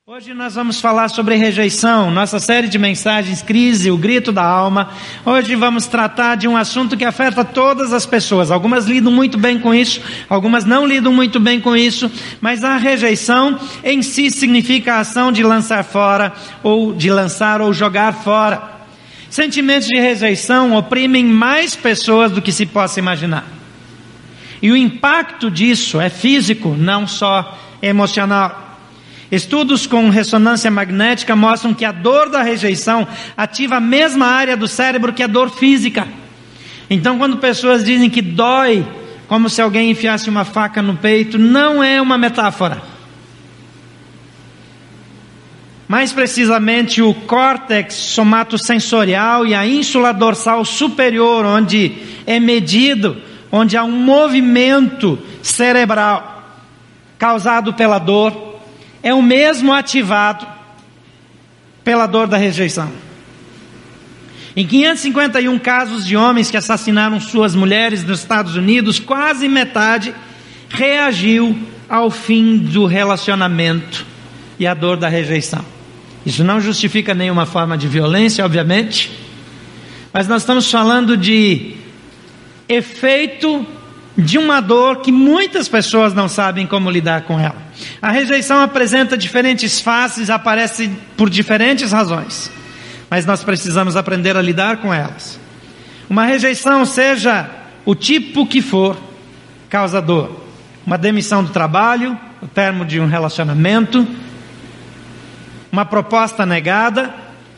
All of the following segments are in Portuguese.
Hoje nós vamos falar sobre rejeição, nossa série de mensagens, Crise, o Grito da Alma. Hoje vamos tratar de um assunto que afeta todas as pessoas. Algumas lidam muito bem com isso, algumas não lidam muito bem com isso, mas a rejeição em si significa a ação de lançar fora, ou de lançar ou jogar fora. Sentimentos de rejeição oprimem mais pessoas do que se possa imaginar. E o impacto disso é físico, não só emocional. Estudos com ressonância magnética mostram que a dor da rejeição ativa a mesma área do cérebro que a dor física. Então, quando pessoas dizem que dói, como se alguém enfiasse uma faca no peito, não é uma metáfora. Mais precisamente, o córtex somatosensorial e a ínsula dorsal superior, onde é medido, onde há um movimento cerebral causado pela dor, é o mesmo ativado pela dor da rejeição. Em 551 casos de homens que assassinaram suas mulheres nos Estados Unidos, quase metade reagiu ao fim do relacionamento e à dor da rejeição. Isso não justifica nenhuma forma de violência, obviamente, mas nós estamos falando de efeito de uma dor que muitas pessoas não sabem como lidar com ela. A rejeição apresenta diferentes faces, aparece por diferentes razões, mas nós precisamos aprender a lidar com elas. Uma rejeição, seja o tipo que for, causa dor. Uma demissão do trabalho, o término de um relacionamento, uma proposta negada,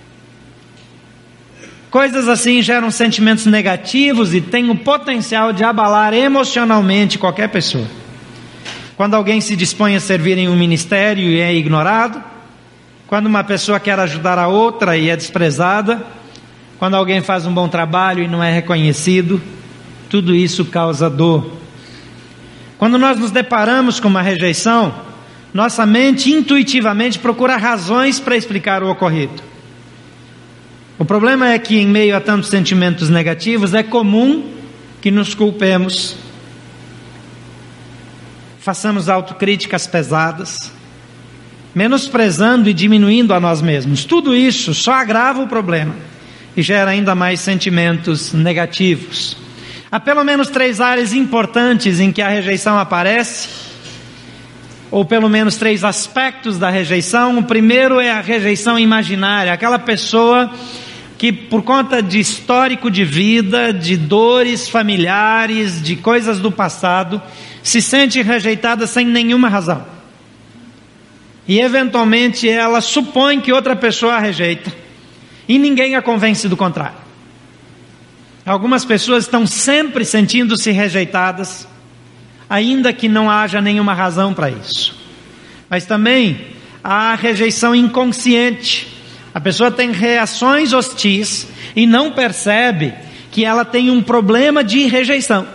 coisas assim geram sentimentos negativos e têm o potencial de abalar emocionalmente qualquer pessoa. Quando alguém se dispõe a servir em um ministério e é ignorado, quando uma pessoa quer ajudar a outra e é desprezada, quando alguém faz um bom trabalho e não é reconhecido, tudo isso causa dor. Quando nós nos deparamos com uma rejeição, nossa mente intuitivamente procura razões para explicar o ocorrido. O problema é que em meio a tantos sentimentos negativos, é comum que nos culpemos, façamos autocríticas pesadas, menosprezando e diminuindo a nós mesmos. Tudo isso só agrava o problema e gera ainda mais sentimentos negativos. Há pelo menos 3 áreas importantes em que a rejeição aparece, ou pelo menos 3 aspectos da rejeição. O primeiro é a rejeição imaginária, aquela pessoa que por conta de histórico de vida, de dores familiares, de coisas do passado, se sente rejeitada sem nenhuma razão. E eventualmente ela supõe que outra pessoa a rejeita, e ninguém a convence do contrário. Algumas pessoas estão sempre sentindo-se rejeitadas, ainda que não haja nenhuma razão para isso. Mas também há a rejeição inconsciente. A pessoa tem reações hostis e não percebe que ela tem um problema de rejeição.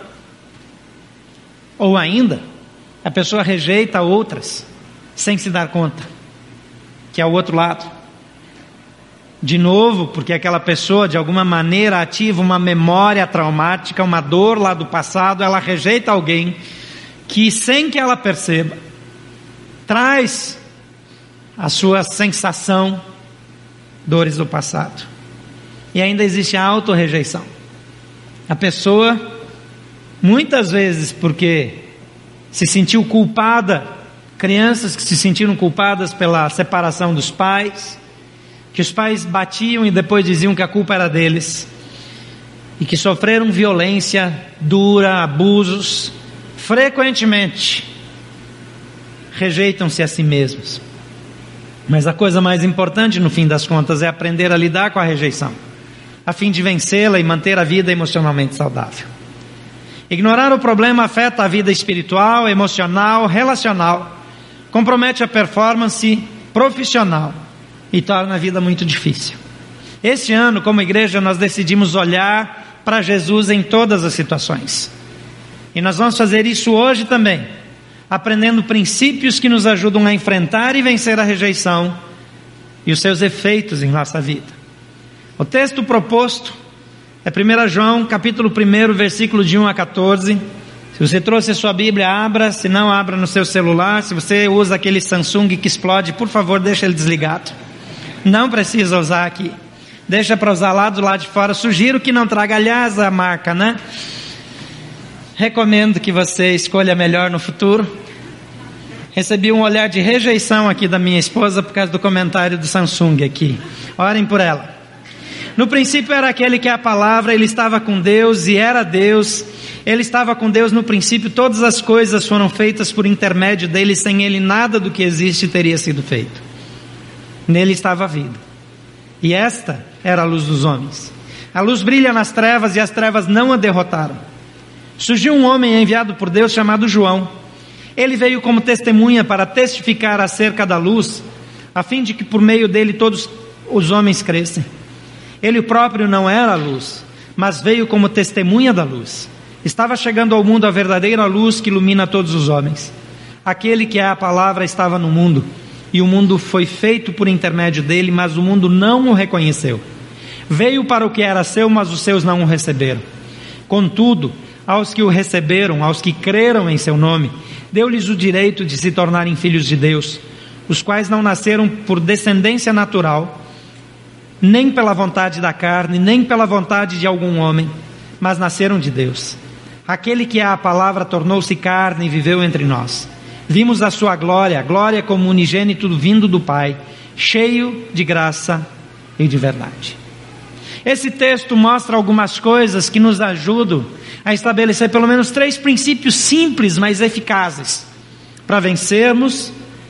Ou ainda, a pessoa rejeita outras sem se dar conta, que é o outro lado. De novo, porque aquela pessoa de alguma maneira ativa uma memória traumática, uma dor lá do passado, ela rejeita alguém que, sem que ela perceba, traz a sua sensação, dores do passado. E ainda existe a autorrejeição. A pessoa, muitas vezes porque se sentiu culpada, crianças que se sentiram culpadas pela separação dos pais, que os pais batiam e depois diziam que a culpa era deles, e que sofreram violência dura, abusos, frequentemente rejeitam-se a si mesmos. Mas a coisa mais importante no fim das contas é aprender a lidar com a rejeição, a fim de vencê-la e manter a vida emocionalmente saudável. Ignorar o problema afeta a vida espiritual, emocional, relacional, compromete a performance profissional e torna a vida muito difícil. Este ano, como igreja, nós decidimos olhar para Jesus em todas as situações. E nós vamos fazer isso hoje também, aprendendo princípios que nos ajudam a enfrentar e vencer a rejeição e os seus efeitos em nossa vida. O texto proposto é 1 João, capítulo 1, versículo de 1 a 14, Se você trouxe a sua Bíblia, abra. Se não, abra no seu celular. Se você usa aquele Samsung que explode, por favor, deixa ele desligado. Não precisa usar aqui. Deixa para usar lá do lado de fora. Sugiro que não traga, aliás, a marca, né? Recomendo que você escolha melhor no futuro. Recebi um olhar de rejeição aqui da minha esposa por causa do comentário do Samsung aqui. Orem por ela. No princípio era aquele que é a palavra, ele estava com Deus e era Deus. Ele estava com Deus no princípio, todas as coisas foram feitas por intermédio dele, sem ele nada do que existe teria sido feito. Nele estava a vida. E esta era a luz dos homens. A luz brilha nas trevas e as trevas não a derrotaram. Surgiu um homem enviado por Deus chamado João. Ele veio como testemunha para testificar acerca da luz, a fim de que por meio dele todos os homens crescem. Ele próprio não era a luz, mas veio como testemunha da luz. Estava chegando ao mundo a verdadeira luz que ilumina todos os homens. Aquele que é a palavra estava no mundo, e o mundo foi feito por intermédio dele, mas o mundo não o reconheceu. Veio para o que era seu, mas os seus não o receberam. Contudo, aos que o receberam, aos que creram em seu nome, deu-lhes o direito de se tornarem filhos de Deus, os quais não nasceram por descendência natural, nem pela vontade da carne, nem pela vontade de algum homem, mas nasceram de Deus. Aquele que é a palavra tornou-se carne e viveu entre nós. Vimos a sua glória, a glória como unigênito vindo do Pai, cheio de graça e de verdade. Esse texto mostra algumas coisas que nos ajudam a estabelecer pelo menos 3 princípios simples, mas eficazes, para vencermos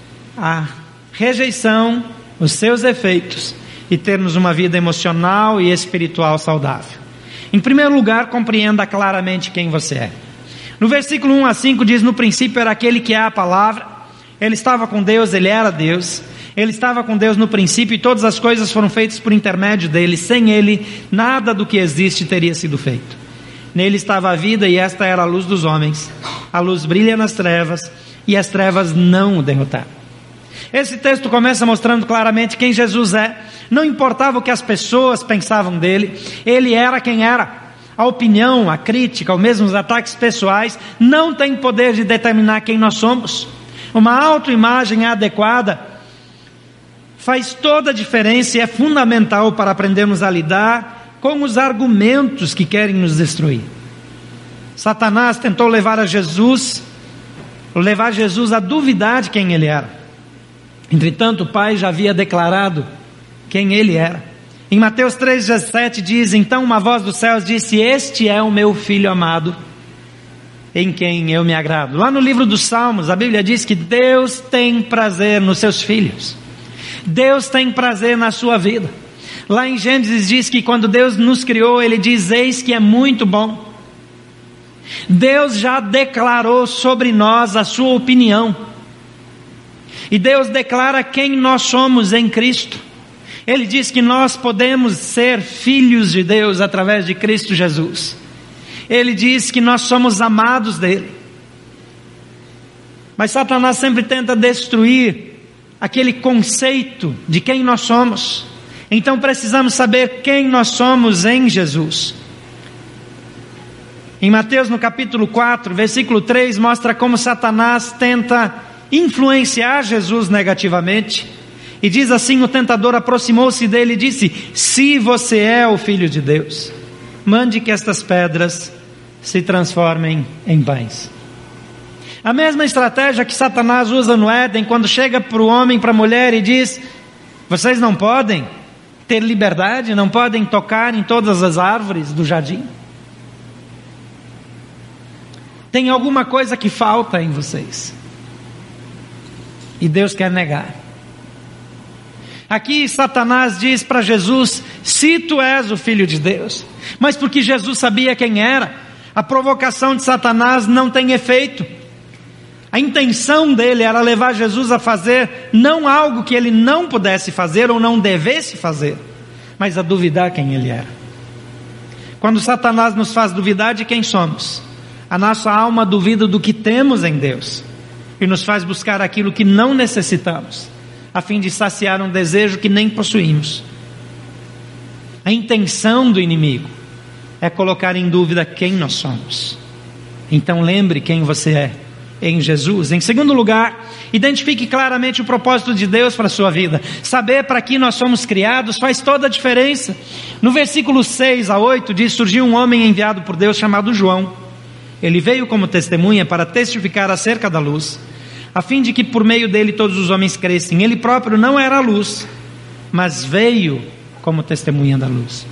a rejeição, os seus efeitos, e termos uma vida emocional e espiritual saudável. Em primeiro lugar, compreenda claramente quem você é. No versículo 1 a 5 diz: no princípio era aquele que é a palavra, ele estava com Deus, ele era Deus, ele estava com Deus no princípio e todas as coisas foram feitas por intermédio dele, sem ele nada do que existe teria sido feito. Nele estava a vida e esta era a luz dos homens. A luz brilha nas trevas e as trevas não o derrotaram. Esse texto começa mostrando claramente quem Jesus é. Não importava o que as pessoas pensavam dele, ele era quem era. A opinião, a crítica, ou mesmo os ataques pessoais não têm poder de determinar quem nós somos. Uma autoimagem adequada faz toda a diferença e é fundamental para aprendermos a lidar com os argumentos que querem nos destruir. Satanás tentou levar Jesus a duvidar de quem ele era. Entretanto, o Pai já havia declarado quem ele era. Em Mateus 3,17 diz: então uma voz dos céus disse: este é o meu filho amado, em quem eu me agrado. Lá no livro dos Salmos, a Bíblia diz que Deus tem prazer nos seus filhos. Deus tem prazer na sua vida. Lá em Gênesis diz que quando Deus nos criou, Ele diz: eis que é muito bom. Deus já declarou sobre nós a sua opinião. E Deus declara quem nós somos em Cristo. Ele diz que nós podemos ser filhos de Deus através de Cristo Jesus. Ele diz que nós somos amados dele. Mas Satanás sempre tenta destruir aquele conceito de quem nós somos. Então precisamos saber quem nós somos em Jesus. Em Mateus no capítulo 4, versículo 3, mostra como Satanás tenta influenciar Jesus negativamente. E diz assim: o tentador aproximou-se dele e disse: se você é o Filho de Deus, mande que estas pedras se transformem em pães. A mesma estratégia que Satanás usa no Éden, quando chega para o homem, para a mulher e diz: vocês não podem ter liberdade, não podem tocar em todas as árvores do jardim. Tem alguma coisa que falta em vocês. E Deus quer negar. Aqui Satanás diz para Jesus: se tu és o Filho de Deus. Mas porque Jesus sabia quem era, a provocação de Satanás não tem efeito. A intenção dele era levar Jesus a fazer não algo que ele não pudesse fazer ou não devesse fazer, mas a duvidar quem ele era. Quando Satanás nos faz duvidar de quem somos, a nossa alma duvida do que temos em Deus e nos faz buscar aquilo que não necessitamos, a fim de saciar um desejo que nem possuímos. A intenção do inimigo é colocar em dúvida quem nós somos. Então lembre quem você é em Jesus. Em segundo lugar, identifique claramente o propósito de Deus para a sua vida. Saber para que nós somos criados faz toda a diferença. No versículo 6 a 8 diz: surgiu um homem enviado por Deus chamado João. Ele veio como testemunha para testificar acerca da luz, a fim de que por meio dele todos os homens crescem. Ele próprio não era a luz, mas veio como testemunha da luz.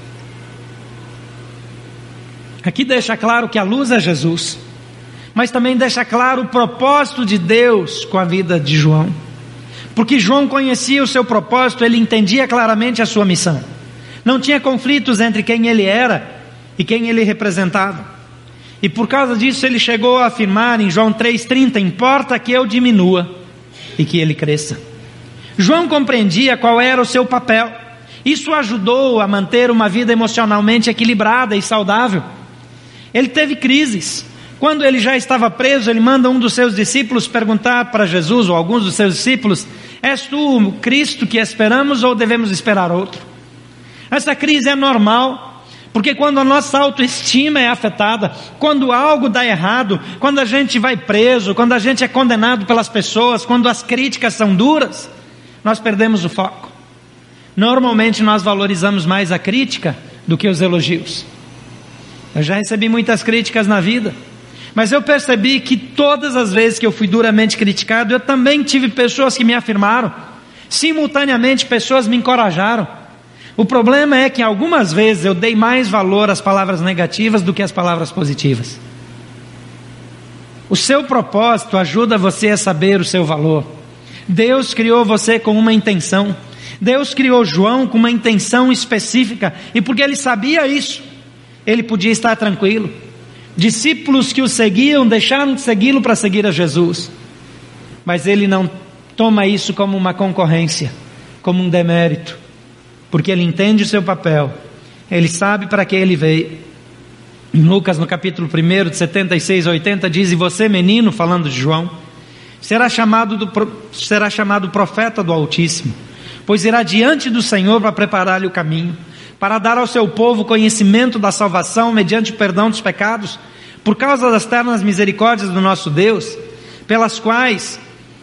Aqui deixa claro que a luz é Jesus, mas também deixa claro o propósito de Deus com a vida de João. Porque João conhecia o seu propósito, ele entendia claramente a sua missão. Não tinha conflitos entre quem ele era e quem ele representava. E por causa disso ele chegou a afirmar em João 3,30: importa que eu diminua e que ele cresça. João compreendia qual era o seu papel. Isso ajudou a manter uma vida emocionalmente equilibrada e saudável. Ele teve crises. Quando ele já estava preso, ele manda um dos seus discípulos perguntar para Jesus, ou alguns dos seus discípulos: és tu o Cristo que esperamos ou devemos esperar outro? Essa crise é normal, porque quando a nossa autoestima é afetada, quando algo dá errado, quando a gente vai preso, quando a gente é condenado pelas pessoas, quando as críticas são duras, nós perdemos o foco. Normalmente nós valorizamos mais a crítica do que os elogios. Eu já recebi muitas críticas na vida, mas eu percebi que todas as vezes que eu fui duramente criticado, eu também tive pessoas que me afirmaram. Simultaneamente, pessoas me encorajaram. O problema é que algumas vezes eu dei mais valor às palavras negativas do que às palavras positivas. O seu propósito ajuda você a saber o seu valor. Deus criou você com uma intenção. Deus criou João com uma intenção específica, e porque ele sabia isso, ele podia estar tranquilo. Discípulos que o seguiam deixaram de segui-lo para seguir a Jesus, mas ele não toma isso como uma concorrência, como um demérito, porque ele entende o seu papel, ele sabe para que ele veio. Em Lucas, no capítulo 1, de 76 a 80, diz: e você, menino, falando de João, será chamado profeta do Altíssimo, pois irá diante do Senhor para preparar-lhe o caminho, para dar ao seu povo conhecimento da salvação mediante o perdão dos pecados, por causa das ternas misericórdias do nosso Deus, pelas quais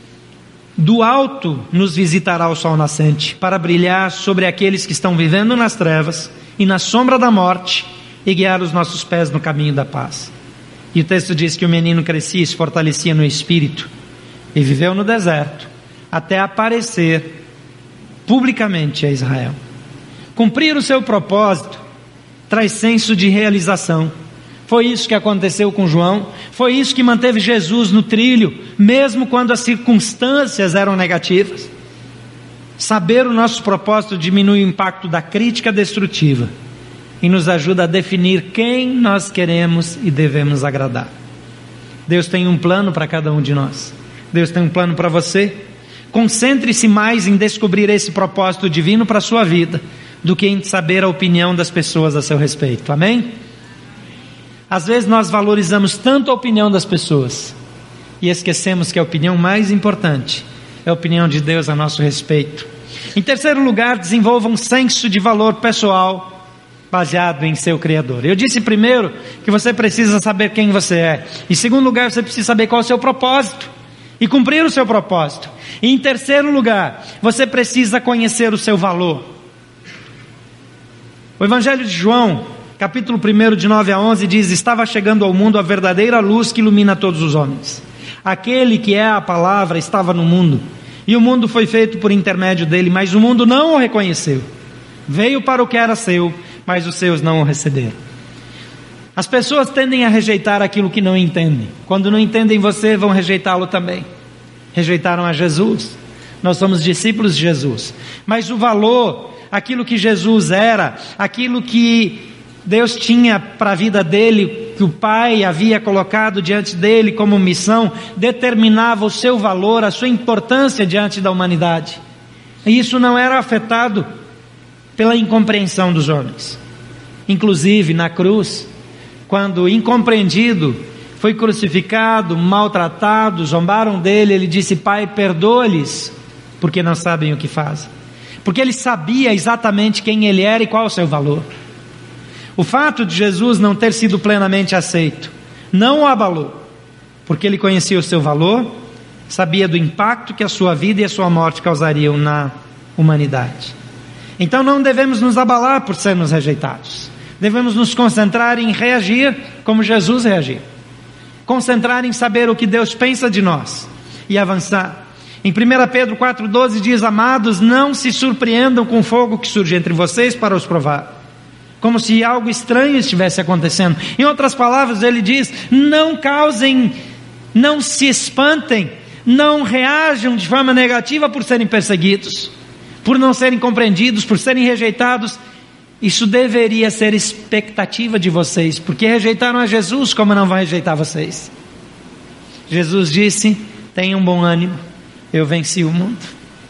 do alto nos visitará o sol nascente, para brilhar sobre aqueles que estão vivendo nas trevas e na sombra da morte, e guiar os nossos pés no caminho da paz. E o texto diz que o menino crescia e se fortalecia no espírito, e viveu no deserto, até aparecer publicamente a Israel. Cumprir o seu propósito traz senso de realização. Foi isso que aconteceu com João, foi isso que manteve Jesus no trilho, mesmo quando as circunstâncias eram negativas. Saber o nosso propósito diminui o impacto da crítica destrutiva e nos ajuda a definir quem nós queremos e devemos agradar. Deus tem um plano para cada um de nós. Deus tem um plano para você. Concentre-se mais em descobrir esse propósito divino para a sua vida do que em saber a opinião das pessoas a seu respeito. Amém? Às vezes nós valorizamos tanto a opinião das pessoas e esquecemos que a opinião mais importante é a opinião de Deus a nosso respeito. Em terceiro lugar, desenvolva um senso de valor pessoal baseado em seu Criador. Eu disse primeiro que você precisa saber quem você é. Em segundo lugar, você precisa saber qual é o seu propósito e cumprir o seu propósito. E em terceiro lugar, você precisa conhecer o seu valor. O Evangelho de João, capítulo 1, de 9 a 11, diz: estava chegando ao mundo a verdadeira luz que ilumina todos os homens. Aquele que é a palavra estava no mundo, e o mundo foi feito por intermédio dele, mas o mundo não o reconheceu. Veio para o que era seu, mas os seus não o receberam. As pessoas tendem a rejeitar aquilo que não entendem. Quando não entendem você, vão rejeitá-lo também. Rejeitaram a Jesus. Nós somos discípulos de Jesus, mas o valor, aquilo que Jesus era, aquilo que Deus tinha para a vida dele, que o Pai havia colocado diante dele como missão, determinava o seu valor, a sua importância diante da humanidade. E isso não era afetado pela incompreensão dos homens. Inclusive na cruz, quando incompreendido, foi crucificado, maltratado, zombaram dele, ele disse: Pai, perdoa-lhes, porque não sabem o que fazem. Porque ele sabia exatamente quem ele era e qual o seu valor. O fato de Jesus não ter sido plenamente aceito não o abalou, porque ele conhecia o seu valor, sabia do impacto que a sua vida e a sua morte causariam na humanidade. Então não devemos nos abalar por sermos rejeitados. Devemos nos concentrar em reagir como Jesus reagiu. Concentrar em saber o que Deus pensa de nós e avançar. Em 1 Pedro 4,12 diz: amados, não se surpreendam com o fogo que surge entre vocês para os provar, como se algo estranho estivesse acontecendo. Em outras palavras, ele diz: não causem, não se espantem, não reajam de forma negativa por serem perseguidos, por não serem compreendidos, por serem rejeitados. Isso deveria ser expectativa de vocês, porque rejeitaram a Jesus, como não vão rejeitar vocês. Jesus disse: tenham bom ânimo, eu venci o mundo.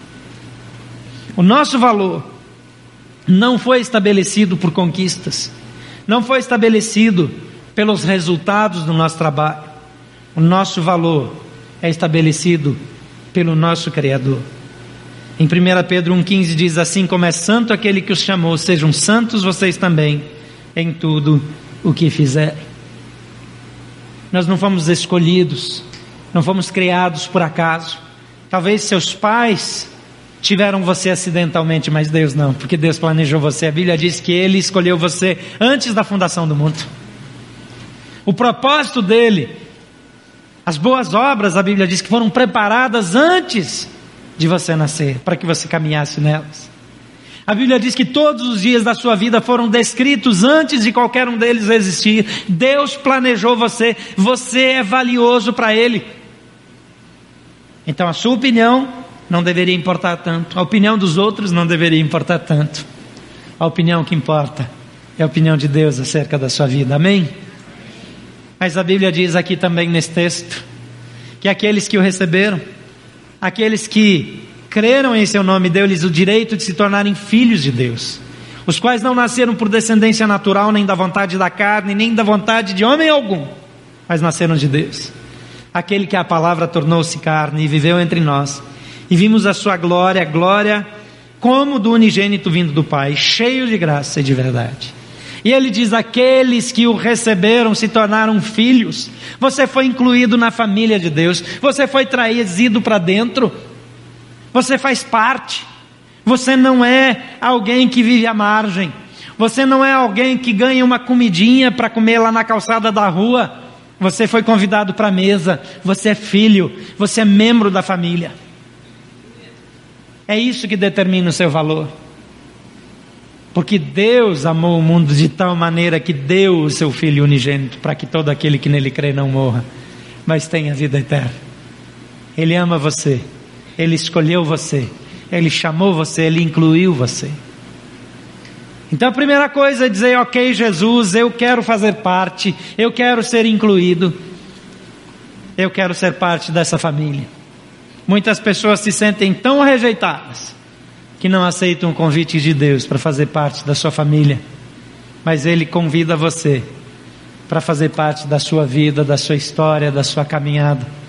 O nosso valor não foi estabelecido por conquistas, não foi estabelecido pelos resultados do nosso trabalho. O nosso valor é estabelecido pelo nosso Criador. Em 1 Pedro 1,15 diz: assim como é santo aquele que os chamou, sejam santos vocês também em tudo o que fizerem. Nós não fomos escolhidos, não fomos criados por acaso. Talvez seus pais tiveram você acidentalmente, mas Deus não, porque Deus planejou você. A Bíblia diz que Ele escolheu você antes da fundação do mundo. O propósito dele, as boas obras, a Bíblia diz que foram preparadas antes de você nascer, para que você caminhasse nelas. A Bíblia diz que todos os dias da sua vida foram descritos antes de qualquer um deles existir. Deus planejou você, você é valioso para Ele. Então a sua opinião não deveria importar tanto, a opinião dos outros não deveria importar tanto. A opinião que importa é a opinião de Deus acerca da sua vida, amém? Mas a Bíblia diz aqui também nesse texto, que aqueles que o receberam, aqueles que creram em seu nome, deu-lhes o direito de se tornarem filhos de Deus, os quais não nasceram por descendência natural, nem da vontade da carne, nem da vontade de homem algum, mas nasceram de Deus. Aquele que a palavra tornou-se carne e viveu entre nós, e vimos a sua glória, glória como do unigênito vindo do Pai, cheio de graça e de verdade. E ele diz: aqueles que o receberam se tornaram filhos. Você foi incluído na família de Deus, você foi trazido para dentro, você faz parte. Você não é alguém que vive à margem, você não é alguém que ganha uma comidinha para comer lá na calçada da rua. Você foi convidado para a mesa, você é filho, você é membro da família. É isso que determina o seu valor. Porque Deus amou o mundo de tal maneira que deu o seu Filho unigênito, para que todo aquele que nele crê não morra, mas tenha vida eterna. Ele ama você, Ele escolheu você, Ele chamou você, Ele incluiu você. Então a primeira coisa é dizer: ok, Jesus, eu quero fazer parte, eu quero ser incluído, eu quero ser parte dessa família. Muitas pessoas se sentem tão rejeitadas que não aceitam o convite de Deus para fazer parte da sua família, mas Ele convida você para fazer parte da sua vida, da sua história, da sua caminhada.